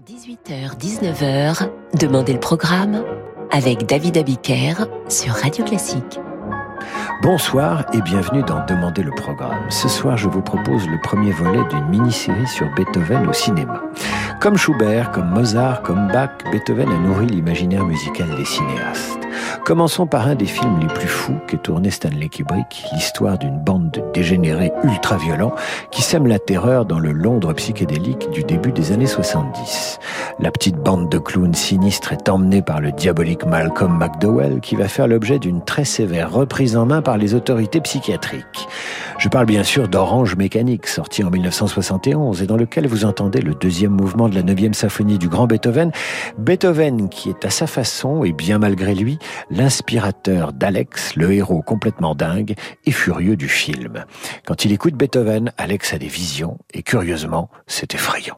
18h-19h, Demandez le programme avec David Abiker sur Radio Classique. Bonsoir et bienvenue dans Demandez le programme. Ce soir, je vous propose le premier volet d'une mini-série sur Beethoven au cinéma. Comme Schubert, comme Mozart, comme Bach, Beethoven a nourri l'imaginaire musical des cinéastes. Commençons par un des films les plus fous qu'ait tourné Stanley Kubrick, l'histoire d'une bande de dégénérés ultra-violents qui sèment la terreur dans le Londres psychédélique du début des années 70. La petite bande de clowns sinistres est emmenée par le diabolique Malcolm McDowell qui va faire l'objet d'une très sévère reprise en main par les autorités psychiatriques. Je parle bien sûr d'Orange Mécanique, sorti en 1971 et dans lequel vous entendez le deuxième mouvement de la 9e symphonie du grand Beethoven. Beethoven qui est à sa façon et bien malgré lui l'inspirateur d'Alex, le héros complètement dingue et furieux du film. Quand il écoute Beethoven, Alex a des visions et curieusement, c'est effrayant.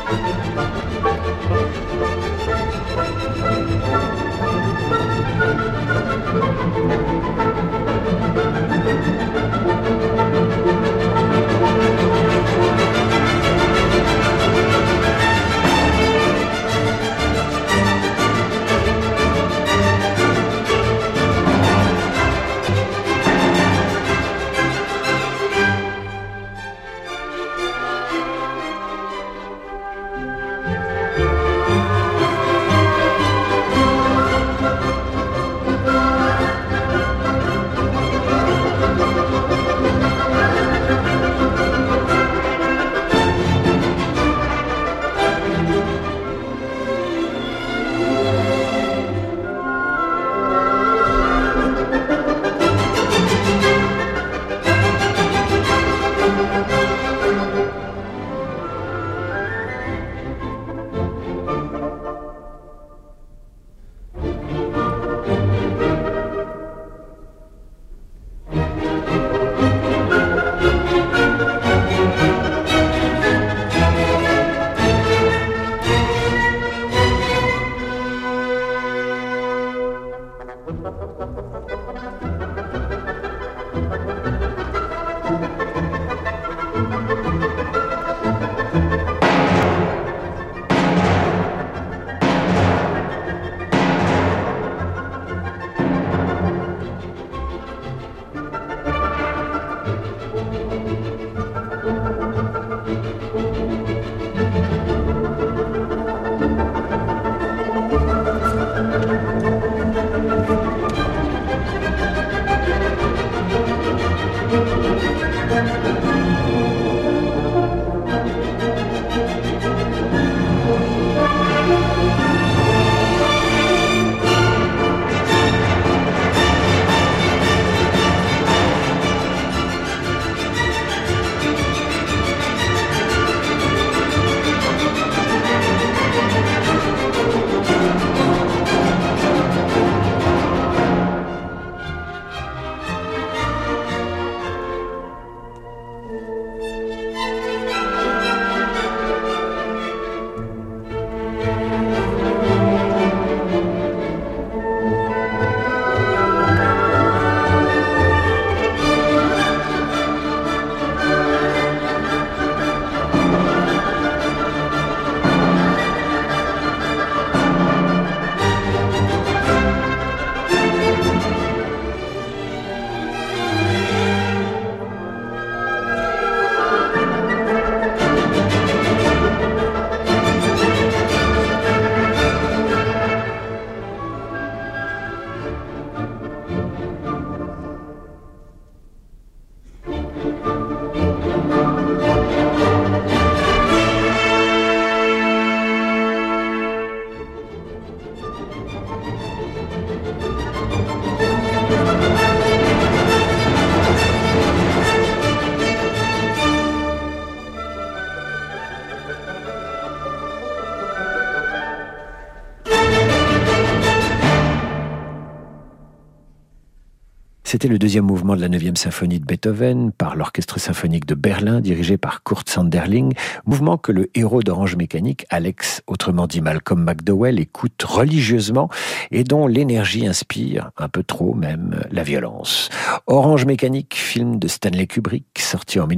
C'était le deuxième mouvement de la 9e symphonie de Beethoven par l'Orchestre symphonique de Berlin, dirigé par Kurt Sanderling, mouvement que le héros d'Orange Mécanique, Alex, autrement dit Malcolm McDowell, écoute religieusement et dont l'énergie inspire, un peu trop même, la violence. Orange Mécanique, film de Stanley Kubrick, sorti en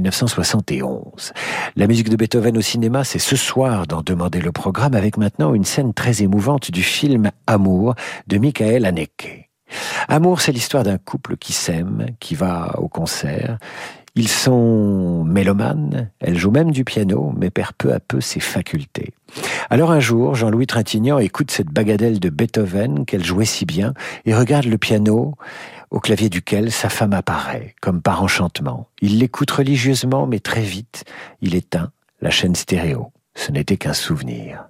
1971. La musique de Beethoven au cinéma, c'est ce soir d'en demander le programme, avec maintenant une scène très émouvante du film Amour de Michael Haneke. Amour, c'est l'histoire d'un couple qui s'aime, qui va au concert. Ils sont mélomanes, elle joue même du piano, mais perd peu à peu ses facultés. Alors un jour, Jean-Louis Trintignant écoute cette bagatelle de Beethoven qu'elle jouait si bien et regarde le piano au clavier duquel sa femme apparaît, comme par enchantement. Il l'écoute religieusement, mais très vite, il éteint la chaîne stéréo. Ce n'était qu'un souvenir.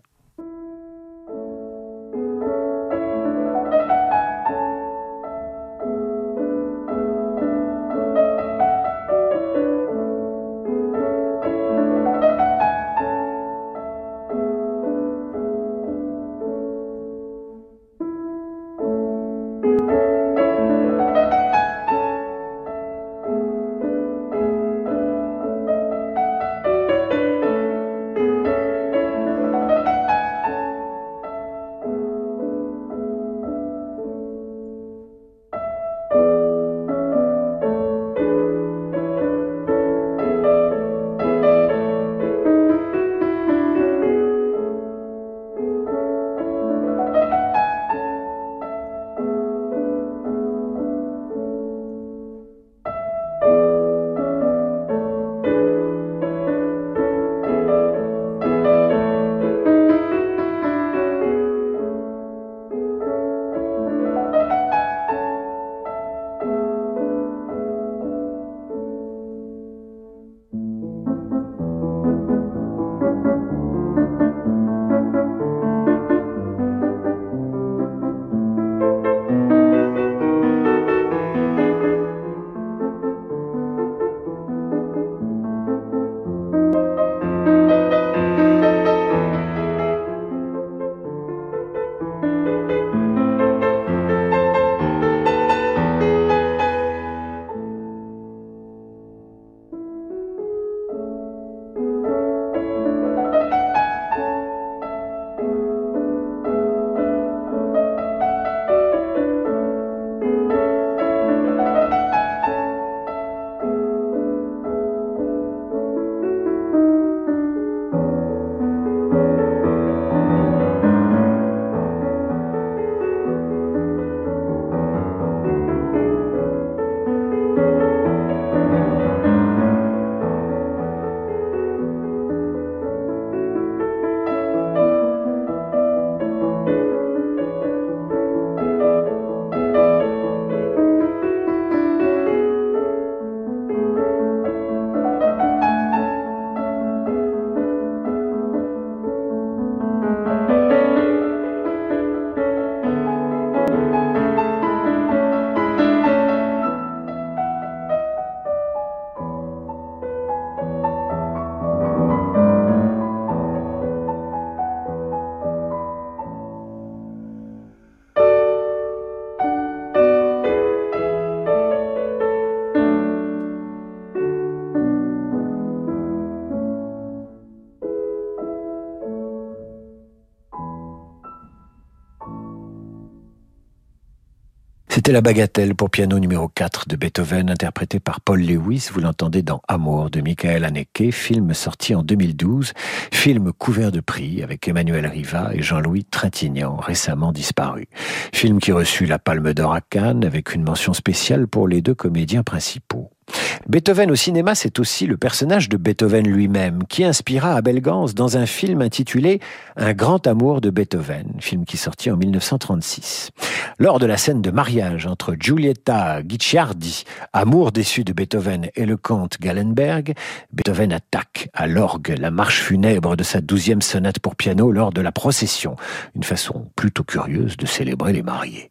C'était la Bagatelle pour piano numéro 4 de Beethoven, interprété par Paul Lewis. Vous l'entendez dans Amour de Michael Haneke, film sorti en 2012, film couvert de prix avec Emmanuel Riva et Jean-Louis Trintignant, récemment disparu. Film qui reçut la Palme d'Or à Cannes avec une mention spéciale pour les deux comédiens principaux. Beethoven au cinéma, c'est aussi le personnage de Beethoven lui-même, qui inspira Abel Gans dans un film intitulé Un grand amour de Beethoven, film qui sortit en 1936. Lors de la scène de mariage entre Giulietta Guicciardi, amour déçu de Beethoven, et le comte Gallenberg, Beethoven attaque à l'orgue la marche funèbre de sa 12e sonate pour piano lors de la procession, une façon plutôt curieuse de célébrer les mariés.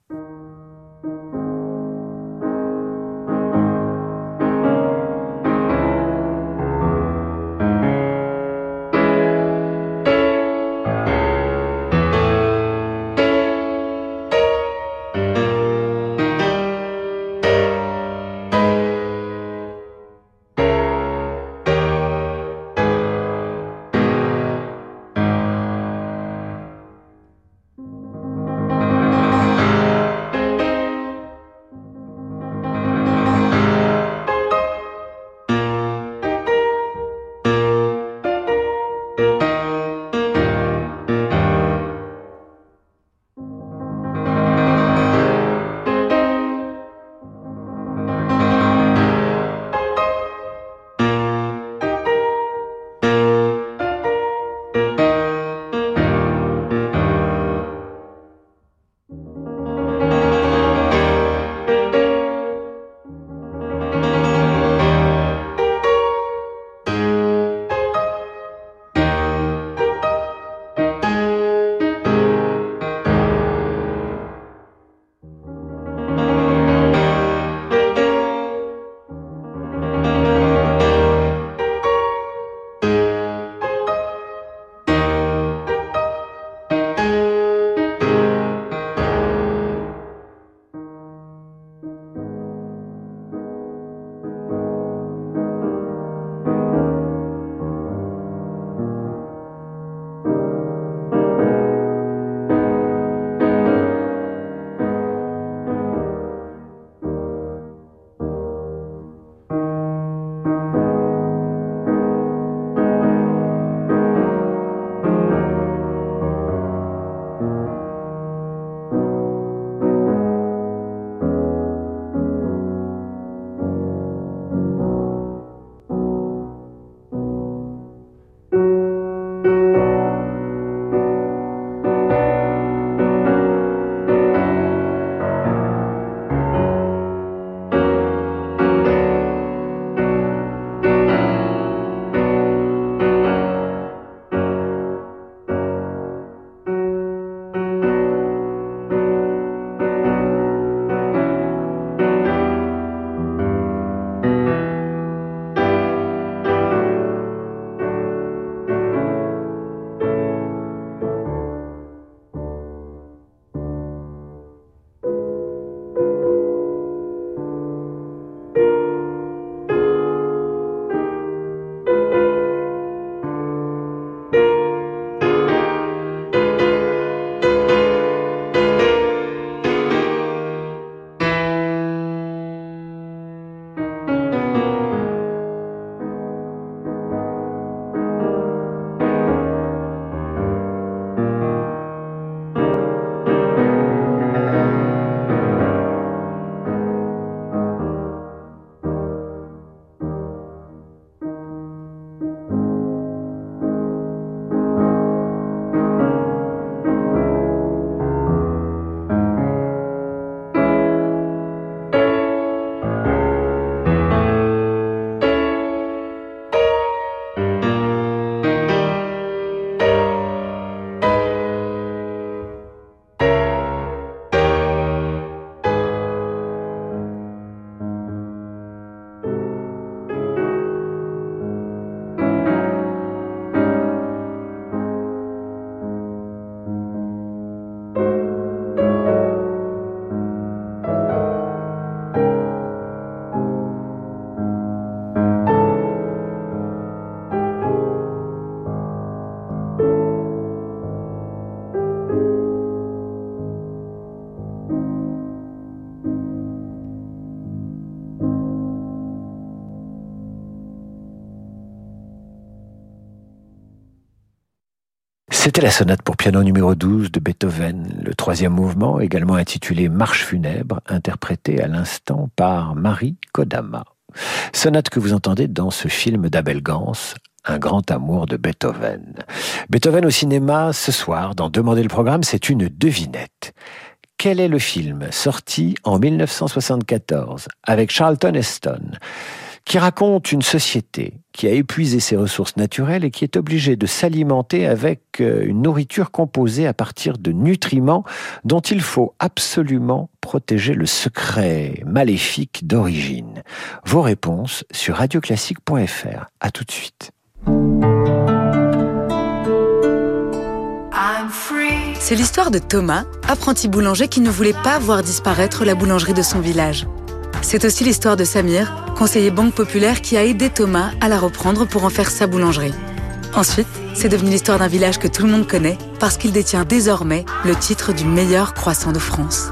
C'était la sonate pour piano numéro 12 de Beethoven, le troisième mouvement, également intitulé Marche funèbre, interprété à l'instant par Marie Kodama. Sonate que vous entendez dans ce film d'Abel Gans, Un grand amour de Beethoven. Beethoven au cinéma, ce soir, dans Demandez le programme, c'est une devinette. Quel est le film sorti en 1974 avec Charlton Heston, qui raconte une société qui a épuisé ses ressources naturelles et qui est obligée de s'alimenter avec une nourriture composée à partir de nutriments dont il faut absolument protéger le secret maléfique d'origine. Vos réponses sur radioclassique.fr. À tout de suite. C'est l'histoire de Thomas, apprenti boulanger qui ne voulait pas voir disparaître la boulangerie de son village. C'est aussi l'histoire de Samir, conseiller Banque Populaire qui a aidé Thomas à la reprendre pour en faire sa boulangerie. Ensuite, c'est devenu l'histoire d'un village que tout le monde connaît parce qu'il détient désormais le titre du meilleur croissant de France.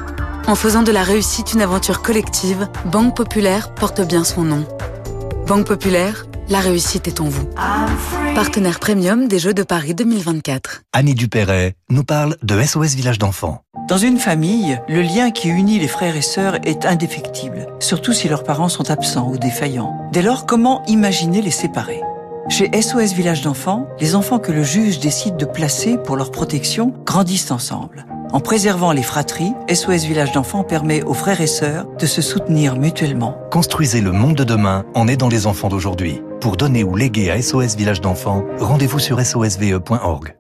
En faisant de la réussite une aventure collective, Banque Populaire porte bien son nom. Banque Populaire, la réussite est en vous. Partenaire premium des Jeux de Paris 2024. Annie Dupéret nous parle de SOS Village d'enfants. Dans une famille, le lien qui unit les frères et sœurs est indéfectible, surtout si leurs parents sont absents ou défaillants. Dès lors, comment imaginer les séparer ? Chez SOS Village d'enfants, les enfants que le juge décide de placer pour leur protection grandissent ensemble. En préservant les fratries, SOS Village d'enfants permet aux frères et sœurs de se soutenir mutuellement. Construisez le monde de demain en aidant les enfants d'aujourd'hui. Pour donner ou léguer à SOS Village d'enfants, rendez-vous sur sosve.org.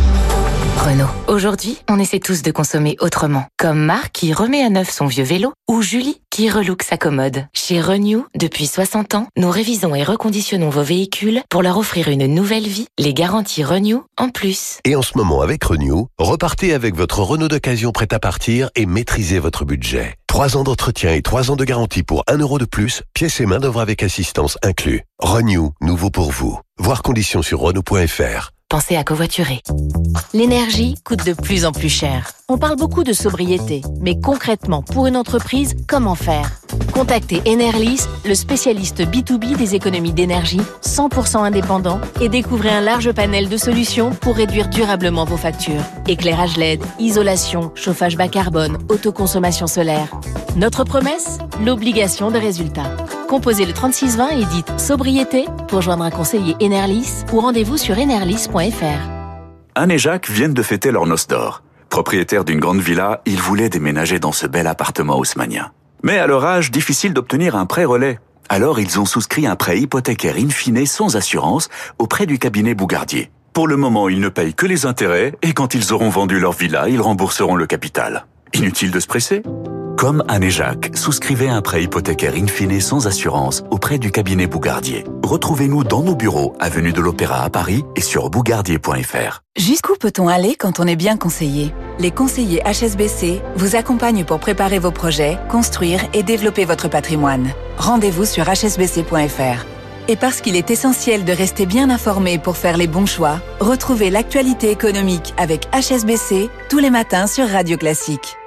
Renault. Aujourd'hui, on essaie tous de consommer autrement. Comme Marc qui remet à neuf son vieux vélo ou Julie qui relook sa commode. Chez Renew, depuis 60 ans, nous révisons et reconditionnons vos véhicules pour leur offrir une nouvelle vie. Les garanties Renew en plus. Et en ce moment avec Renew, repartez avec votre Renault d'occasion prêt à partir et maîtrisez votre budget. 3 ans d'entretien et 3 ans de garantie pour 1 euro de plus, pièces et main d'œuvre avec assistance inclus. Renew, nouveau pour vous. Voir conditions sur Renault.fr. Pensez à covoiturer. L'énergie coûte de plus en plus cher. On parle beaucoup de sobriété, mais concrètement, pour une entreprise, comment faire ? Contactez Enerlis, le spécialiste B2B des économies d'énergie, 100% indépendant, et découvrez un large panel de solutions pour réduire durablement vos factures. Éclairage LED, isolation, chauffage bas carbone, autoconsommation solaire. Notre promesse ? L'obligation de résultat. Composez le 3620 et dites « sobriété » pour joindre un conseiller Enerlis ou rendez-vous sur enerlis.fr. Anne et Jacques viennent de fêter leur noce d'or. Propriétaires d'une grande villa, ils voulaient déménager dans ce bel appartement haussmannien. Mais à leur âge, difficile d'obtenir un prêt relais. Alors ils ont souscrit un prêt hypothécaire in fine sans assurance auprès du cabinet Bougardier. Pour le moment, ils ne payent que les intérêts et quand ils auront vendu leur villa, ils rembourseront le capital. Inutile de se presser ? Comme Anne et Jacques, souscrivez un prêt hypothécaire in fine sans assurance auprès du cabinet Bougardier. Retrouvez-nous dans nos bureaux, avenue de l'Opéra à Paris et sur bougardier.fr. Jusqu'où peut-on aller quand on est bien conseillé ? Les conseillers HSBC vous accompagnent pour préparer vos projets, construire et développer votre patrimoine. Rendez-vous sur hsbc.fr. Et parce qu'il est essentiel de rester bien informé pour faire les bons choix, retrouvez l'actualité économique avec HSBC tous les matins sur Radio Classique.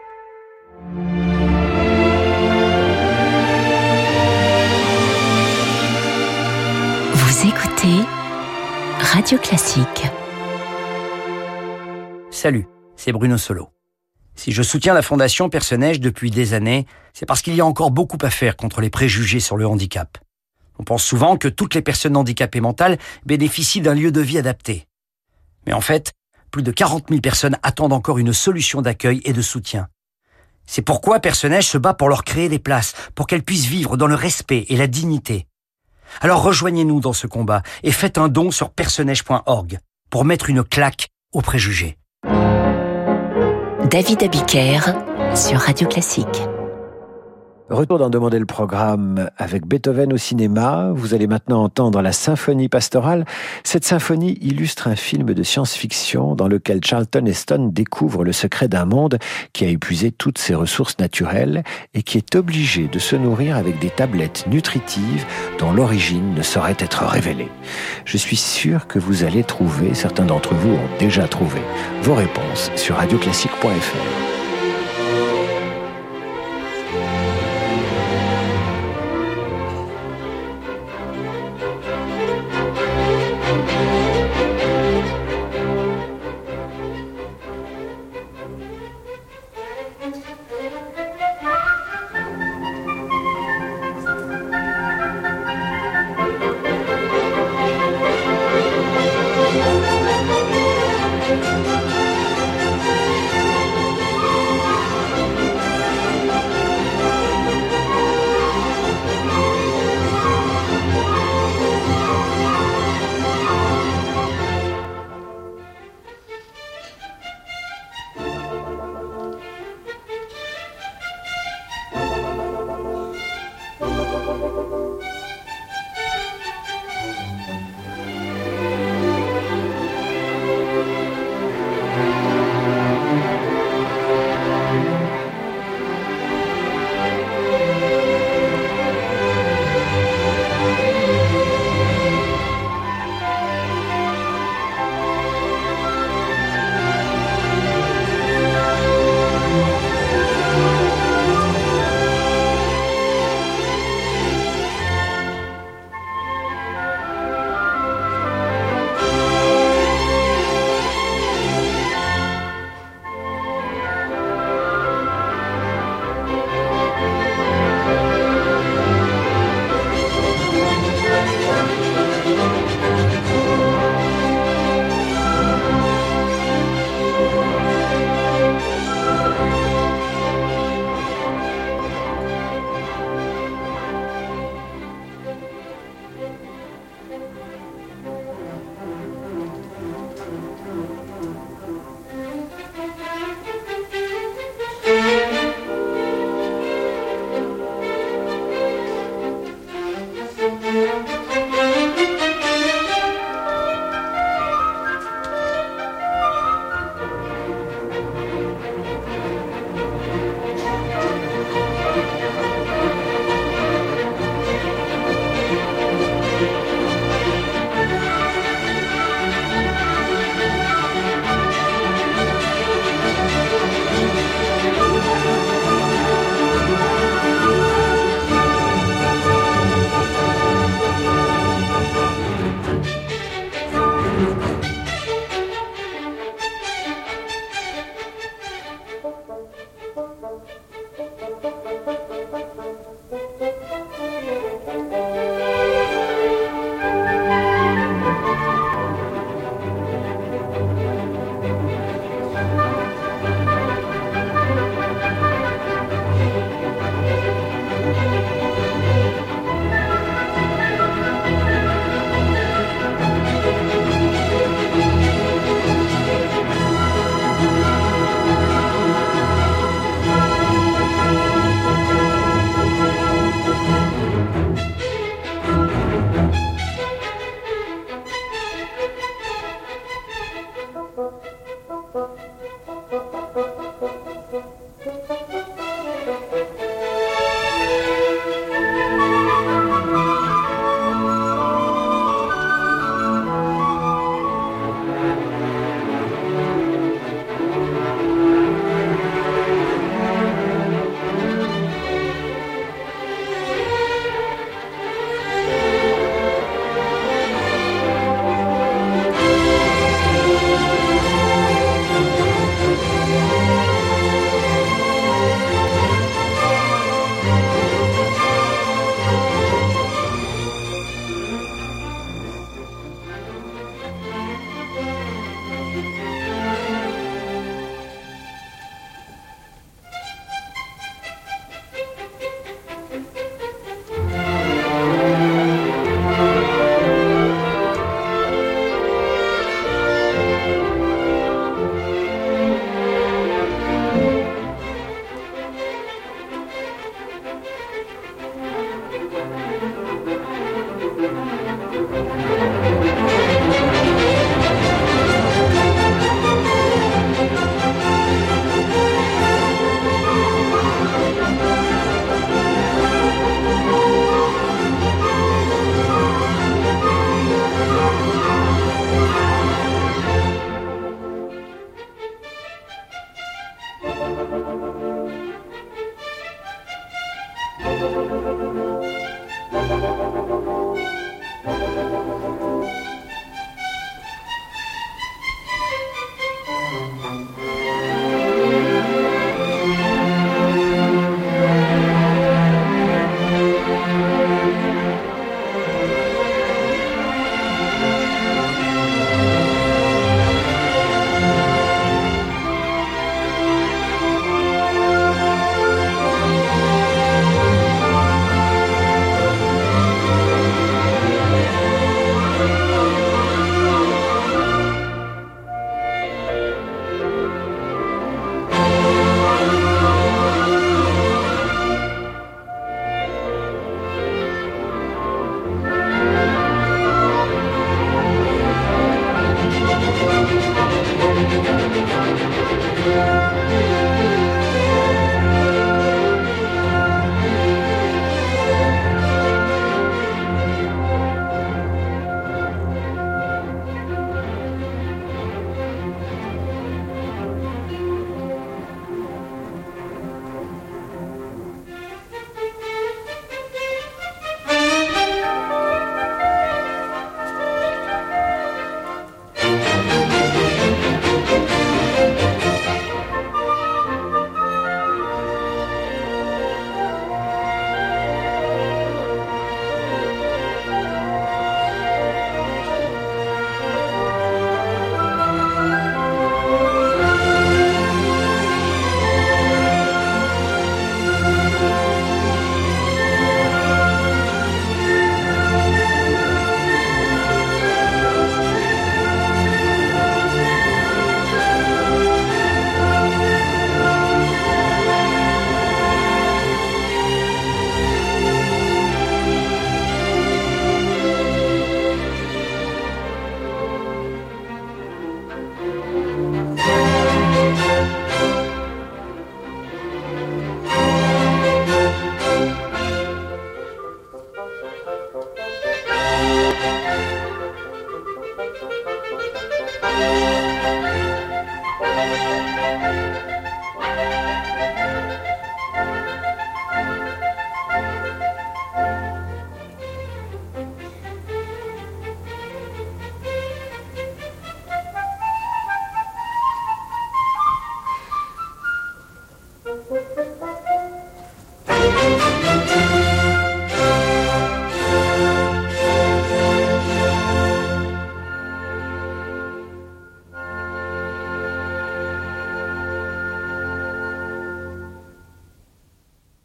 Vous écoutez Radio Classique. Salut, c'est Bruno Solo. Si je soutiens la Fondation Perce-Neige depuis des années, c'est parce qu'il y a encore beaucoup à faire contre les préjugés sur le handicap. On pense souvent que toutes les personnes handicapées mentales bénéficient d'un lieu de vie adapté. Mais en fait, plus de 40 000 personnes attendent encore une solution d'accueil et de soutien. C'est pourquoi Perce-Neige se bat pour leur créer des places, pour qu'elles puissent vivre dans le respect et la dignité. Alors rejoignez-nous dans ce combat et faites un don sur perceneige.org pour mettre une claque aux préjugés. David Abiker sur Radio Classique. Retour d'en demander le programme avec Beethoven au cinéma. Vous allez maintenant entendre la symphonie pastorale. Cette symphonie illustre un film de science-fiction dans lequel Charlton Heston découvre le secret d'un monde qui a épuisé toutes ses ressources naturelles et qui est obligé de se nourrir avec des tablettes nutritives dont l'origine ne saurait être révélée. Je suis sûr que vous allez trouver, certains d'entre vous ont déjà trouvé, vos réponses sur radioclassique.fr.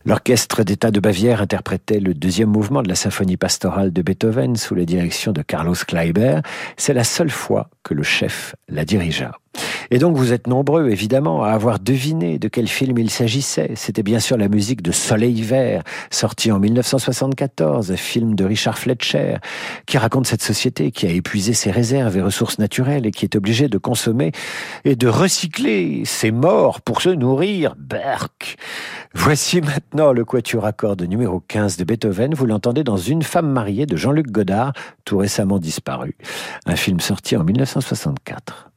L'orchestre d'État de Bavière interprétait le deuxième mouvement de la symphonie pastorale de Beethoven sous la direction de Carlos Kleiber. C'est la seule fois que le chef la dirigea. Et donc vous êtes nombreux, évidemment, à avoir deviné de quel film il s'agissait. C'était bien sûr la musique de Soleil Vert, sorti en 1974, un film de Richard Fletcher, qui raconte cette société qui a épuisé ses réserves et ressources naturelles et qui est obligée de consommer et de recycler ses morts pour se nourrir. Berk. Voici maintenant le quatuor à cordes numéro 15 de Beethoven. Vous l'entendez dans Une femme mariée de Jean-Luc Godard, tout récemment disparu. Un film sorti en 1964.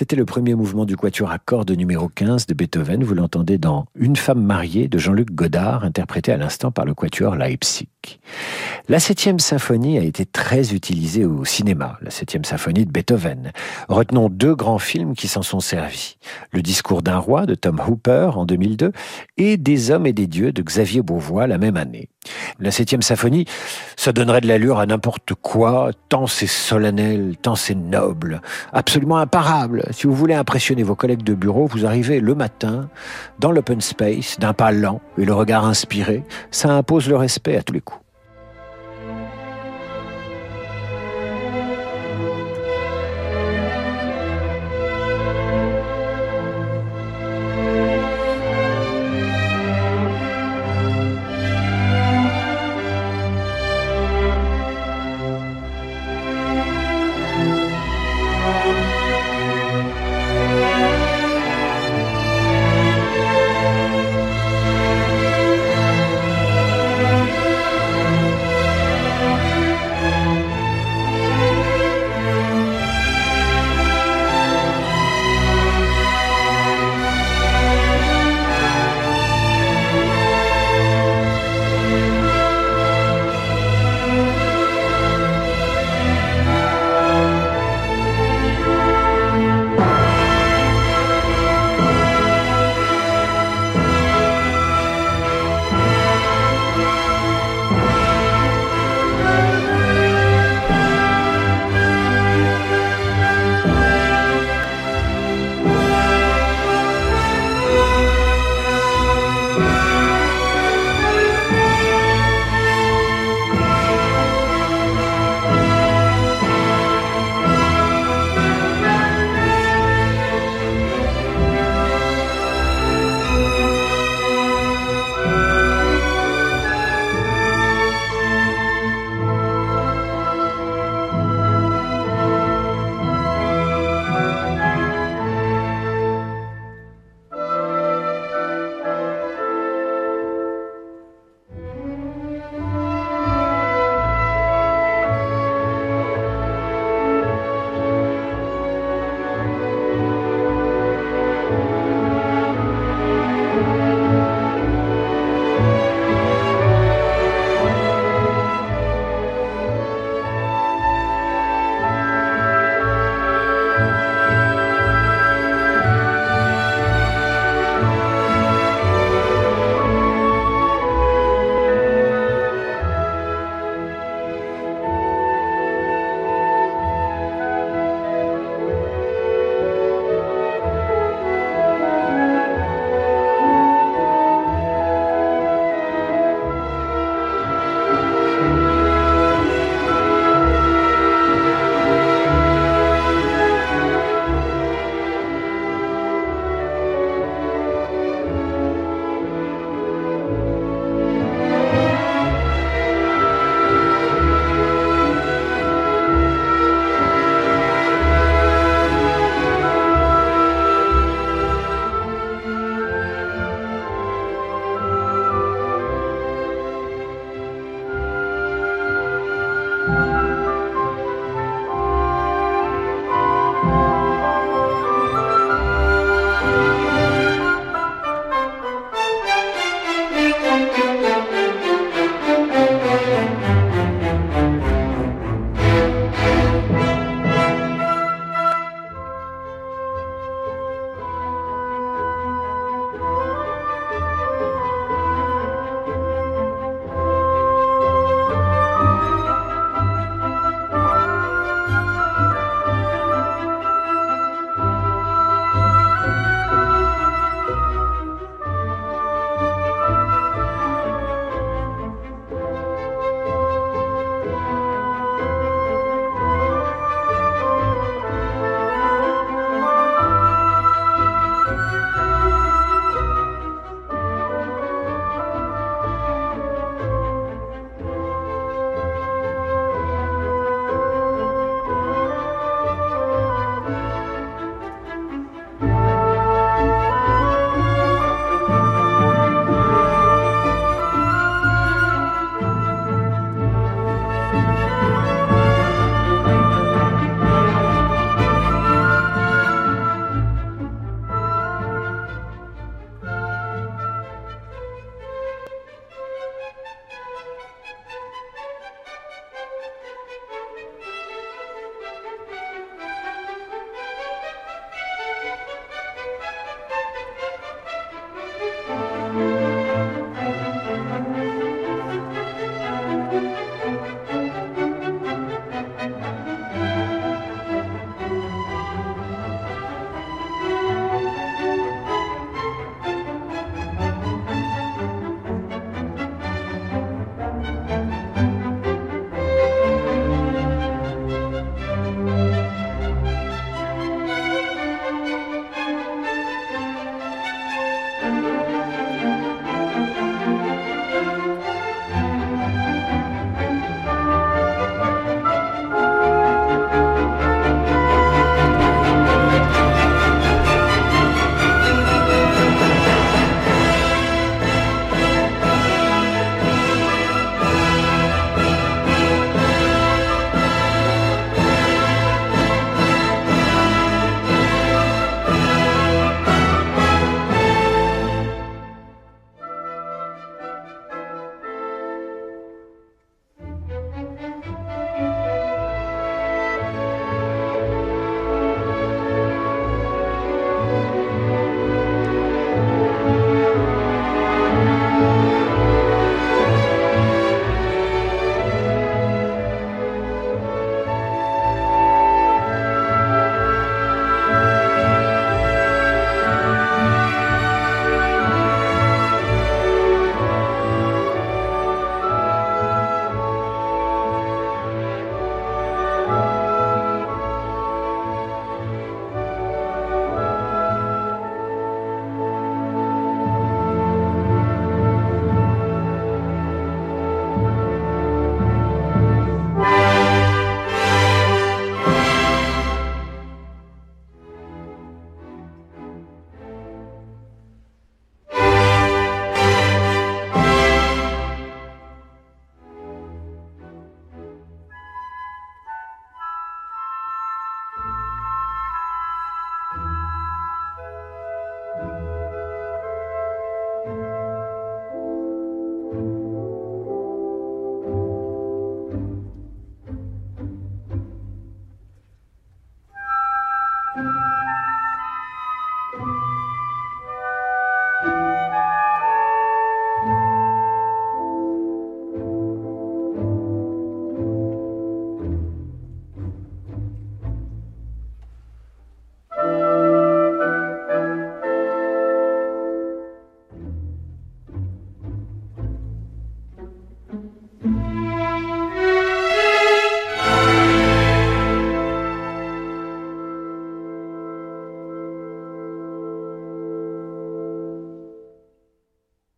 C'était le premier mouvement du quatuor à cordes numéro 15 de Beethoven. Vous l'entendez dans Une femme mariée de Jean-Luc Godard, interprété à l'instant par le quatuor Leipzig. La 7e symphonie a été très utilisée au cinéma, la 7e symphonie de Beethoven. Retenons 2 grands films qui s'en sont servis. Le discours d'un roi de Tom Hooper en 2002 et Des hommes et des dieux de Xavier Beauvois la même année. La 7e symphonie, ça donnerait de l'allure à n'importe quoi, tant c'est solennel, tant c'est noble, absolument imparable. Si vous voulez impressionner vos collègues de bureau, vous arrivez le matin, dans l'open space, d'un pas lent et le regard inspiré, ça impose le respect à tous les coups.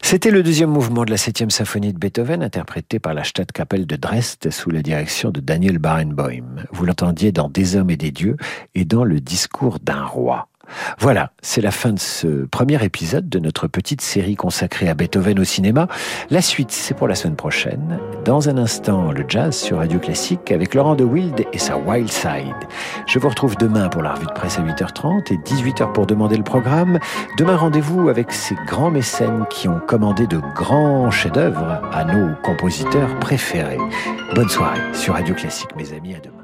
C'était le deuxième mouvement de la 7e symphonie de Beethoven, interprété par la Stadtkapelle de Dresde sous la direction de Daniel Barenboim. Vous l'entendiez dans Des hommes et des dieux et dans Le discours d'un roi. Voilà, c'est la fin de ce premier épisode de notre petite série consacrée à Beethoven au cinéma. La suite, c'est pour la semaine prochaine. Dans un instant, le jazz sur Radio Classique avec Laurent de Wild et sa Wild Side. Je vous retrouve demain pour la revue de presse à 8h30 et 18h pour demander le programme. Demain, rendez-vous avec ces grands mécènes qui ont commandé de grands chefs-d'œuvre à nos compositeurs préférés. Bonne soirée sur Radio Classique, mes amis, à demain.